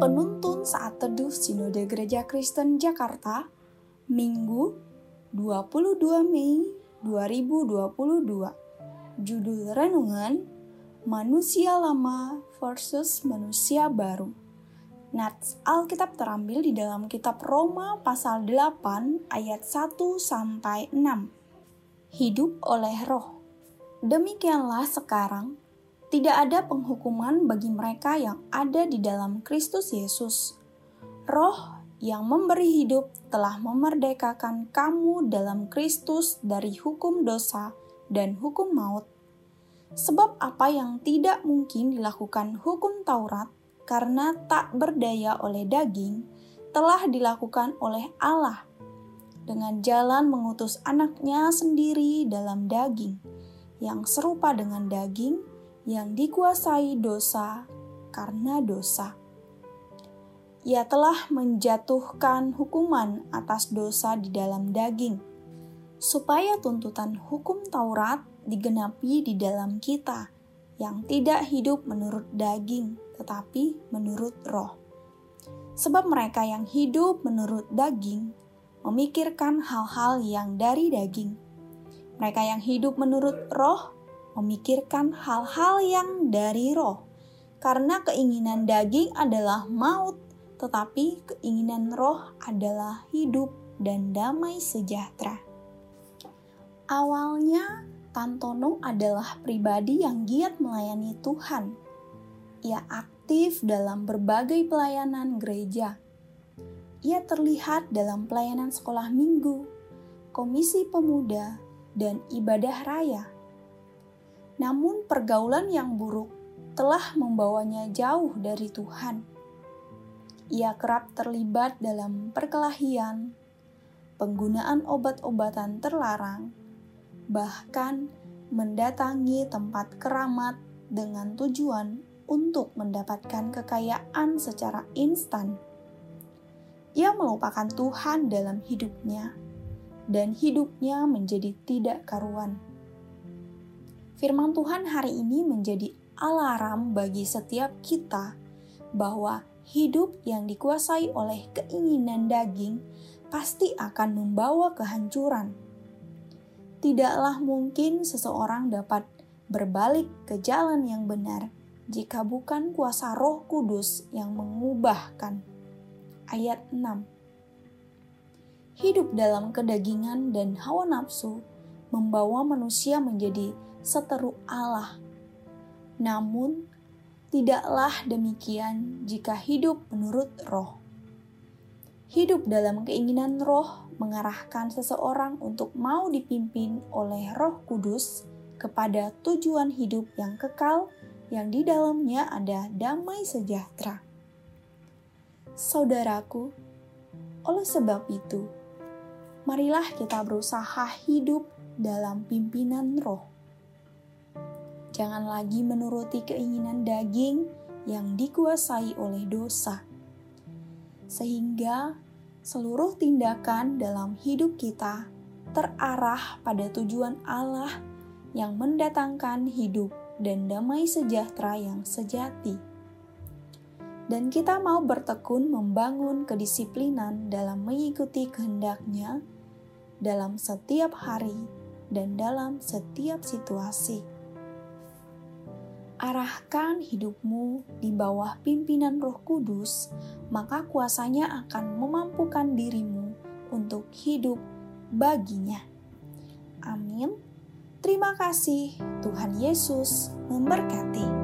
Penuntun Saat Teduh Sinode Gereja Kristen Jakarta, Minggu 22 Mei 2022. Judul renungan, Manusia Lama versus Manusia Baru. Nats Alkitab terambil di dalam kitab Roma pasal 8 ayat 1-6. Hidup oleh roh. Demikianlah sekarang, tidak ada penghukuman bagi mereka yang ada di dalam Kristus Yesus. Roh yang memberi hidup telah memerdekakan kamu dalam Kristus dari hukum dosa dan hukum maut. Sebab apa yang tidak mungkin dilakukan hukum Taurat karena tak berdaya oleh daging, telah dilakukan oleh Allah dengan jalan mengutus anaknya sendiri dalam daging, yang serupa dengan daging, yang dikuasai dosa karena dosa. Ia telah menjatuhkan hukuman atas dosa di dalam daging, supaya tuntutan hukum Taurat digenapi di dalam kita, yang tidak hidup menurut daging, tetapi menurut roh. Sebab mereka yang hidup menurut daging, memikirkan hal-hal yang dari daging. Mereka yang hidup menurut roh, memikirkan hal-hal yang dari roh, karena keinginan daging adalah maut, tetapi keinginan roh adalah hidup dan damai sejahtera. Awalnya, Tantono adalah pribadi yang giat melayani Tuhan. Ia aktif dalam berbagai pelayanan gereja. Ia terlihat dalam pelayanan sekolah minggu, komisi pemuda, dan ibadah raya. Namun pergaulan yang buruk telah membawanya jauh dari Tuhan. Ia kerap terlibat dalam perkelahian, penggunaan obat-obatan terlarang, bahkan mendatangi tempat keramat dengan tujuan untuk mendapatkan kekayaan secara instan. Ia melupakan Tuhan dalam hidupnya, dan hidupnya menjadi tidak karuan. Firman Tuhan hari ini menjadi alarm bagi setiap kita bahwa hidup yang dikuasai oleh keinginan daging pasti akan membawa kehancuran. Tidaklah mungkin seseorang dapat berbalik ke jalan yang benar jika bukan kuasa Roh Kudus yang mengubahkan. Ayat 6. Hidup dalam kedagingan dan hawa nafsu membawa manusia menjadi seteru Allah. Namun, tidaklah demikian jika hidup menurut roh. Hidup dalam keinginan roh mengarahkan seseorang untuk mau dipimpin oleh Roh Kudus kepada tujuan hidup yang kekal yang di dalamnya ada damai sejahtera. Saudaraku, oleh sebab itu, marilah kita berusaha hidup dalam pimpinan roh. Jangan lagi menuruti keinginan daging yang dikuasai oleh dosa. Sehingga seluruh tindakan dalam hidup kita terarah pada tujuan Allah yang mendatangkan hidup dan damai sejahtera yang sejati. Dan kita mau bertekun membangun kedisiplinan dalam mengikuti kehendak-Nya dalam setiap hari dan dalam setiap situasi. Arahkan hidupmu di bawah pimpinan Roh Kudus, maka kuasanya akan memampukan dirimu untuk hidup baginya. Amin. Terima kasih, Tuhan Yesus memberkati.